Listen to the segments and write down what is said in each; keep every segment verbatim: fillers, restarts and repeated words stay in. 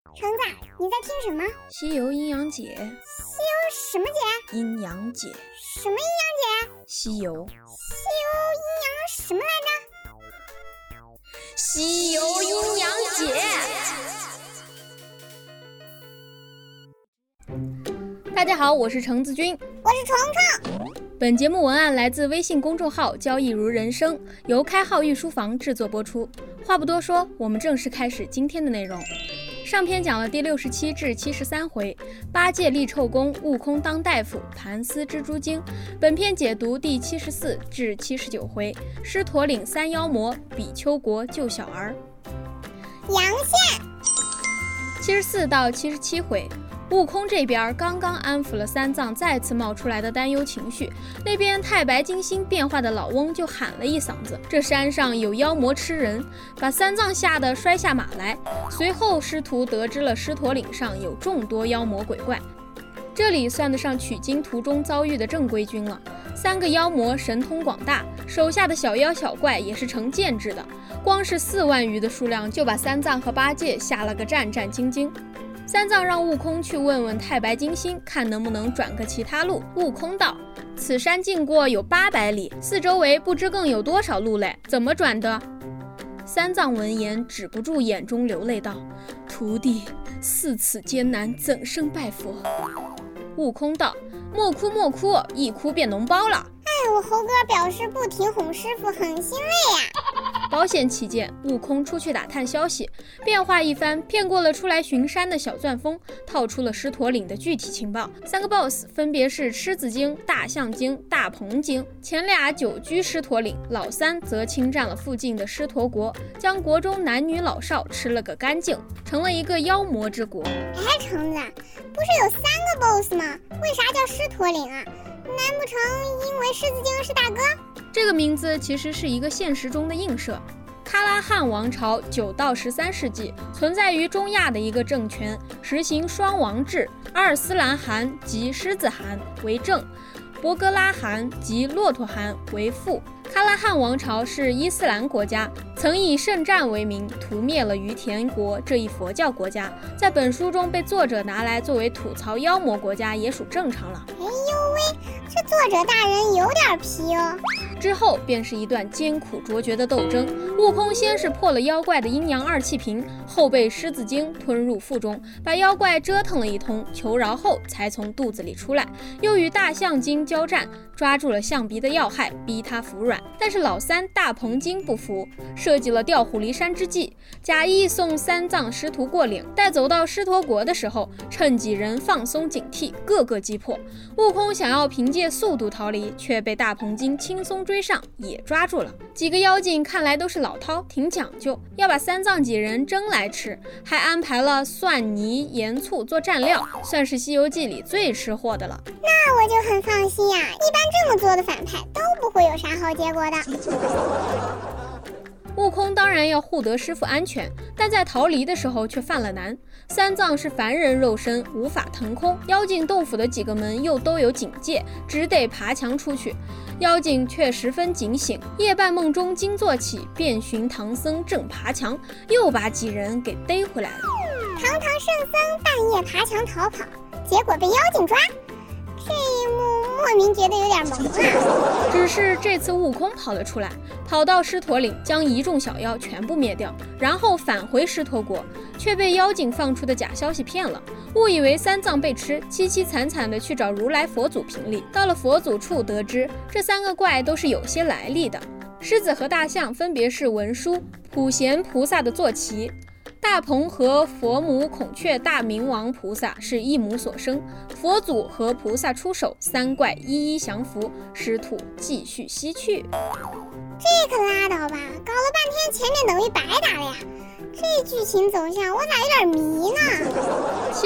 橙子，你在听什么？ 西游阴阳解。 西游什么解？ 阴阳解。 什么阴阳解？ 西游。 西游阴阳什么来着？ 西游阴阳解。大家好，我是橙子君， 我是虫虫。 本节目文案来自微信公众号交易如人生，由开号御书房制作播出。话不多说，我们正式开始今天的内容。上篇讲了第六十七至七十三回，八戒立臭功，悟空当大夫，盘丝蜘蛛精。本篇解读第七十四至七十九回，狮驼岭三妖魔，比丘国救小儿。 阳线。 七十四到七十七回，悟空这边刚刚安抚了三藏再次冒出来的担忧情绪，那边太白金星变化的老翁就喊了一嗓子，这山上有妖魔吃人，把三藏吓得摔下马来。随后师徒得知了狮驼岭上有众多妖魔鬼怪，这里算得上取经途中遭遇的正规军了。三个妖魔神通广大，手下的小妖小怪也是成建制的，光是四万余的数量就把三藏和八戒吓了个战战兢兢。三藏让悟空去问问太白金星，看能不能转个其他路。悟空道：此山径过有八百里，四周围不知更有多少路嘞，怎么转的？三藏闻言止不住眼中流泪道：徒弟似此艰难，怎生拜佛？悟空道：莫哭莫哭，一哭变脓包了。 哎，我猴哥表示不停哄师傅，很心累呀。 保险起见，悟空出去打探消息，变化一番，骗过了出来巡山的小钻风，套出了狮驼岭的具体情报。三个 boss 分别是狮子精、大象精、大鹏精，前俩久居狮驼岭，老三则侵占了附近的狮驼国，将国中男女老少吃了个干净，成了一个妖魔之国。 哎，橙子，不是有三个 boss 吗？为啥叫狮驼岭啊？难不成因为狮子精是大哥？ 这个名字其实是一个现实中的映射。喀拉汗王朝九到十三世纪存在于中亚的一个政权，实行双王制，阿尔斯兰汗及狮子汗为正，博格拉汗及骆驼汗为副。喀拉汗王朝是伊斯兰国家，曾以圣战为名屠灭了于田国这一佛教国家，在本书中被作者拿来作为吐槽妖魔国家也属正常了。 哎呦喂，这作者大人有点皮哦。 之后便是一段艰苦卓绝的斗争，悟空先是破了妖怪的阴阳二气瓶，后被狮子精吞入腹中，把妖怪折腾了一通，求饶后才从肚子里出来，又与大象精交战，抓住了象鼻的要害，逼他服软。但是老三大鹏精不服，设计了调虎离山之计，假意送三藏师徒过岭，待走到狮驼国的时候，趁几人放松警惕，个个击破。悟空想要凭借速度逃离，却被大鹏精轻松追上，也抓住了。几个妖精看来都是老饕，挺讲究，要把三藏几人蒸来吃，还安排了蒜泥盐醋做蘸料，算是西游记里最吃货的了。 那我就很放心呀、啊，一般这么做的反派都不会有啥好结果的。 悟空当然要护得师傅安全，但在逃离的时候却犯了难。三藏是凡人肉身，无法腾空，妖精洞府的几个门又都有警戒，只得爬墙出去。妖精却十分警醒，夜半梦中惊坐起，遍寻唐僧正爬墙，又把几人给逮回来了。 堂堂圣僧半夜爬墙逃跑，结果被妖精抓，这一幕莫名觉得有点萌啊。 只是这次悟空跑了出来，跑到狮驼岭，将一众小妖全部灭掉，然后返回狮驼国，却被妖精放出的假消息骗了，误以为三藏被吃，凄凄惨惨的去找如来佛祖评理。到了佛祖处，得知这三个怪都是有些来历的。狮子和大象分别是文殊、普贤菩萨的坐骑，大鹏和佛母孔雀大明王菩萨是一母所生，佛祖和菩萨出手，三怪一一降服，师徒继续西去。 这可拉倒吧，搞了半天前面等于白打了呀，这剧情走向我咋有点迷呢？ 其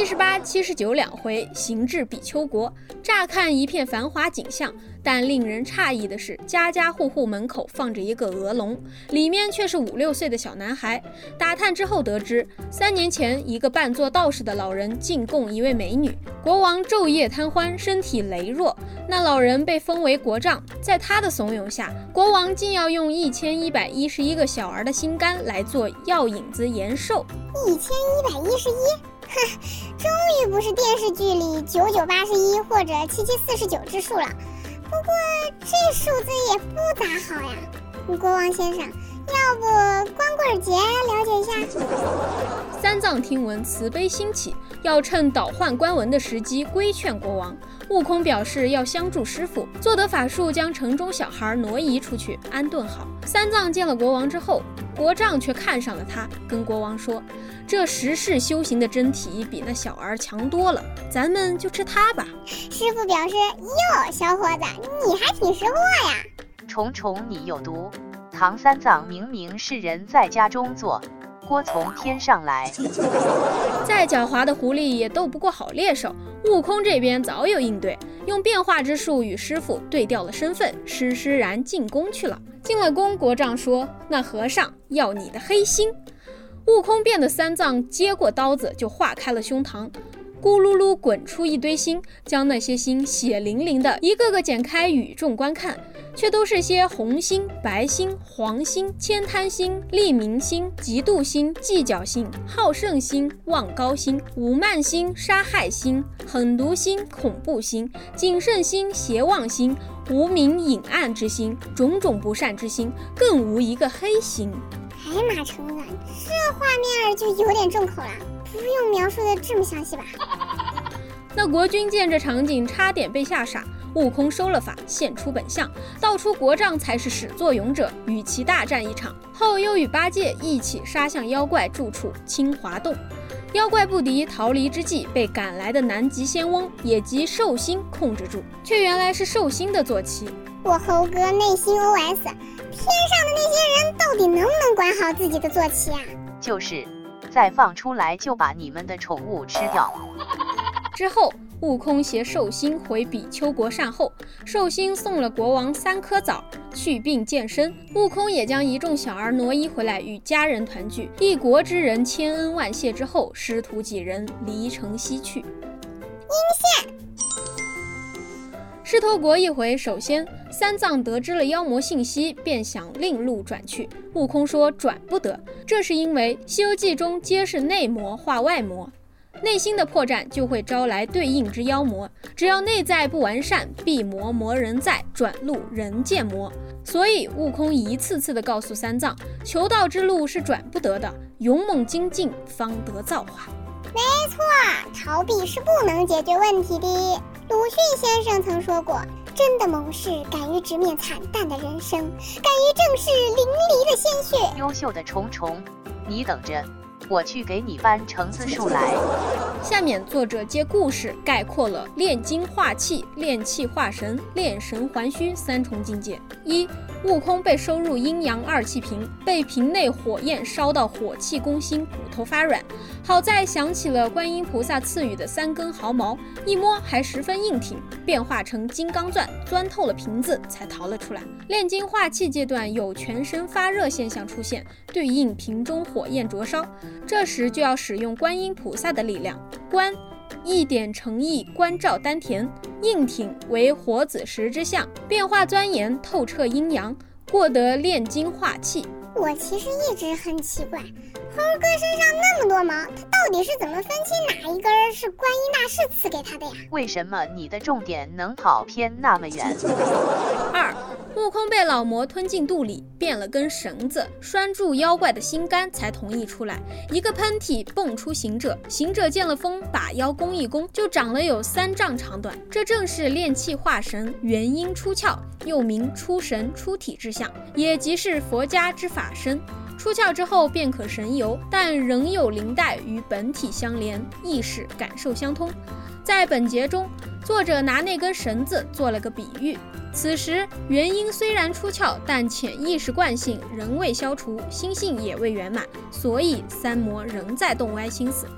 七十八、七十九两回行至比丘国，乍看一片繁华景象，但令人诧异的是，家家户户门口放着一个鹅笼，里面却是五六岁的小男孩。打探之后得知，三年前一个扮作道士的老人进贡一位美女，国王昼夜贪欢，身体羸弱。那老人被封为国丈，在他的怂恿下，国王竟要用一千一百一十一个小儿的心肝来做药引子延寿。 一千一百一十一，哼，终于不是电视剧里九九八十一或者七七四十九之数了。不过这数字也不咋好呀，国王先生，要不光棍节了解一下？ 三藏听闻慈悲心起，要趁倒换官文的时机规劝国王。悟空表示要相助师傅，做得法术将城中小孩挪移出去，安顿好。三藏见了国王之后，国丈却看上了他，跟国王说，这十世修行的真体比那小儿强多了，咱们就吃他吧。 师傅表示，哟，小伙子，你还挺识货呀。 虫虫你有毒，唐三藏明明是人在家中坐，锅从天上来。 再狡猾的狐狸也斗不过好猎手，悟空这边早有应对，用变化之术与师傅对调了身份，施施然进宫去了。进了宫，国丈说，那和尚要你的黑心。悟空变的三藏接过刀子就划开了胸膛，咕噜噜滚出一堆星，将那些星血淋淋的一个个剪开与众观看，却都是些红星、白星、黄星、千贪星、利民星、嫉妒星、计较星、好胜星、望高星、武慢星、杀害星、狠毒星、恐怖星、谨慎星、邪妄星、无名隐暗之星，种种不善之星，更无一个黑星。 哎妈橙子，这画面就有点重口了，不用描述的这么详细吧？ 那国君见这场景，差点被吓傻。悟空收了法，现出本相，道出国丈才是始作俑者，与其大战一场。后又与八戒一起杀向妖怪住处清华洞。妖怪不敌，逃离之际，被赶来的南极仙翁也即寿星控制住，却原来是寿星的坐骑。 我猴哥内心 O S， 天上的那些人到底能不能管好自己的坐骑啊？ 就是，再放出来就把你们的宠物吃掉。 之后，悟空携寿星回比丘国善后，寿星送了国王三颗枣，去病健身。悟空也将一众小儿挪移回来，与家人团聚。一国之人千恩万谢之后，师徒几人离城西去。 阴线。 狮驼国一回，首先三藏得知了妖魔信息，便想另路转去。悟空说转不得，这是因为《西游记》中皆是内魔化外魔，内心的破绽就会招来对应之妖魔，只要内在不完善，必魔魔人在，转路人见魔。所以悟空一次次地告诉三藏，求道之路是转不得的，勇猛精进方得造化。 没错，逃避是不能解决问题的。鲁迅先生曾说过，真的猛士敢于直面惨淡的人生，敢于正视淋漓的鲜血。 优秀的虫虫，你等着，我去给你搬橙子树来。 下面作者借故事概括了炼精化气、炼气化神、炼神还虚三重境界。一、悟空被收入阴阳二气瓶，被瓶内火焰烧到火气攻心，骨头发软。好在想起了观音菩萨赐予的三根毫毛，一摸还十分硬挺，变化成金刚钻，钻透了瓶子才逃了出来。炼精化气阶段有全身发热现象出现，对应瓶中火焰灼烧，这时就要使用观音菩萨的力量。观，一点诚意关照丹田，硬挺为火子石之象，变化钻研透彻阴阳，过得炼精化气。 我其实一直很奇怪，猴哥身上那么多毛，他到底是怎么分清哪一根是观音大士赐给他的呀？ 为什么你的重点能跑偏那么远？ 二，悟空被老魔吞进肚里，变了根绳子拴住妖怪的心肝，才同意出来。一个喷嚏蹦出行者，行者见了风，把腰弓一弓，就长了有三丈长短。这正是炼气化神，元婴出窍，又名出神出体之象，也即是佛家之法身。出窍之后便可神游，但仍有灵带与本体相连，意识感受相通。在本节中，作者拿那根绳子做了个比喻，此时元婴虽然出窍，但潜意识惯性仍未消除，心性也未圆满，所以三魔仍在动歪心思。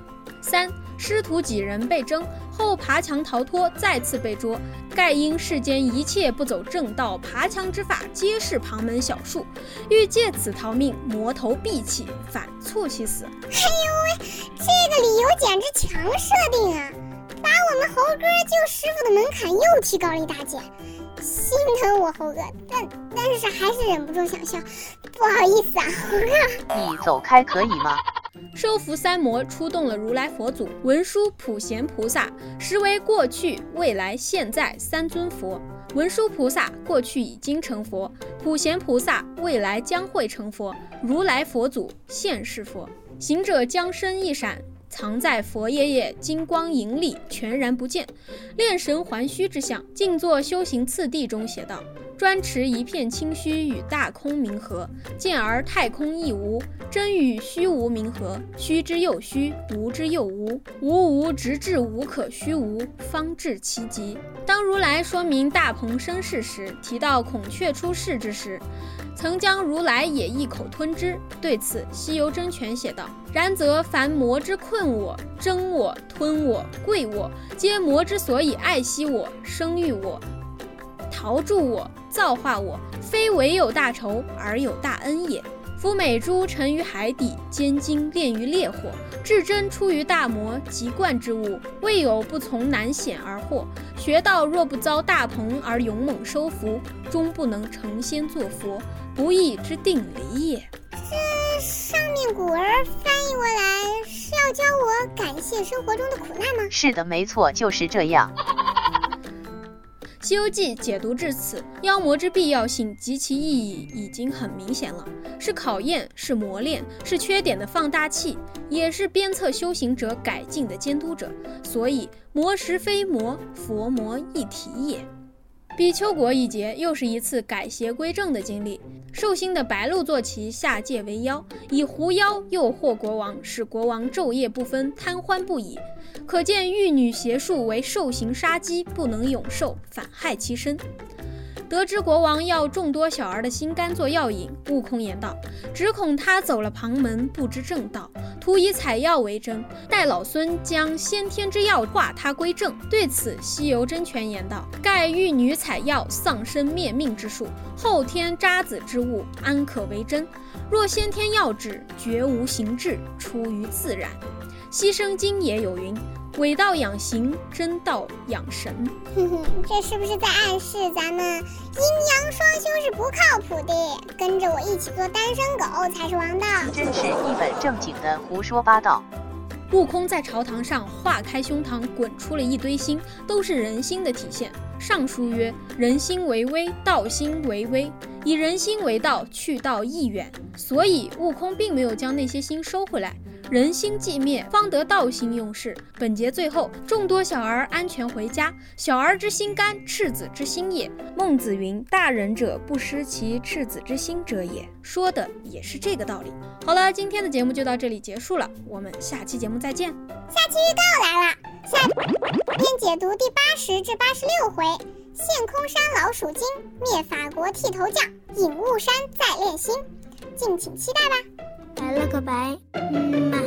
三、师徒几人被征后爬墙逃脱，再次被捉，盖因世间一切不走正道，爬墙之法皆是旁门小术，欲借此逃命，魔头必起，反错其死。 哎呦喂，这个理由简直强设定啊，把我们猴哥救师傅的门槛又提高了一大截。心疼我猴哥，但但是还是忍不住想笑，不好意思啊，猴哥。 你走开可以吗？ 收服三魔，出动了如来佛祖、文殊、普贤菩萨，实为过去、未来、现在三尊佛。文殊菩萨过去已经成佛，普贤菩萨未来将会成佛，如来佛祖现是佛。行者将身一闪，藏在佛爷爷金光影里，全然不见。炼神还虚之相，静坐修行次第中写道：专持一片清虚与大空冥合，见而太空亦无，真与虚无冥合，虚之又虚，无之又无，无无直至无可虚无，方至其极。当如来说明大鹏生世时，提到孔雀出世之时，曾将如来也一口吞之。对此西游真诠写道：然则凡魔之困我、争我、吞我、贵我，皆魔之所以爱惜我、生育我、陶铸我、造化我，非唯有大仇而有大恩也。夫美珠沉于海底，坚晶炼于烈火，至真出于大魔，极冠之物，未有不从难险而获。学道若不遭大鹏而勇猛收服，终不能成仙作佛，不义之定理也。 这上面古文翻译过来是要教我感谢生活中的苦难吗？ 是的，没错，就是这样。 《西游记》解读至此，妖魔之必要性及其意义已经很明显了，是考验，是磨练，是缺点的放大器，也是鞭策修行者改进的监督者。所以魔实非魔，佛魔一体也。比丘国一节又是一次改邪归正的经历。寿星的白鹿坐骑下界为妖，以狐妖诱惑国王，使国王昼夜不分，贪欢不已。可见玉女邪术为兽形杀机，不能永寿，反害其身。得知国王要众多小儿的心肝做药引，悟空言道：只恐他走了旁门，不知正道，徒以采药为真，待老孙将先天之药化他归正。对此西游真诠言道：盖玉女采药丧身灭命之术，后天渣子之物，安可为真？若先天药质，绝无形质，出于自然。西生经也有云：伪道养形，真道养神。 哼哼，这是不是在暗示咱们阴阳双修是不靠谱的？跟着我一起做单身狗才是王道。 真是一本正经的胡说八道。 悟空在朝堂上化开胸膛，滚出了一堆星，都是人心的体现。上书曰：人心为微，道心为微，以人心为道，去道亦远。所以悟空并没有将那些星收回来，人心寂灭，方得道心用事。本节最后，众多小儿安全回家，小儿之心肝，赤子之心也。孟子云：大仁者不失其赤子之心者也，说的也是这个道理。好了，今天的节目就到这里结束了，我们下期节目再见。 下期预告来了，下边解读第八十至八十六回，现空山老鼠精灭法国剃头匠，引雾山再练心，敬请期待吧。 拜了个拜，嗯嘛。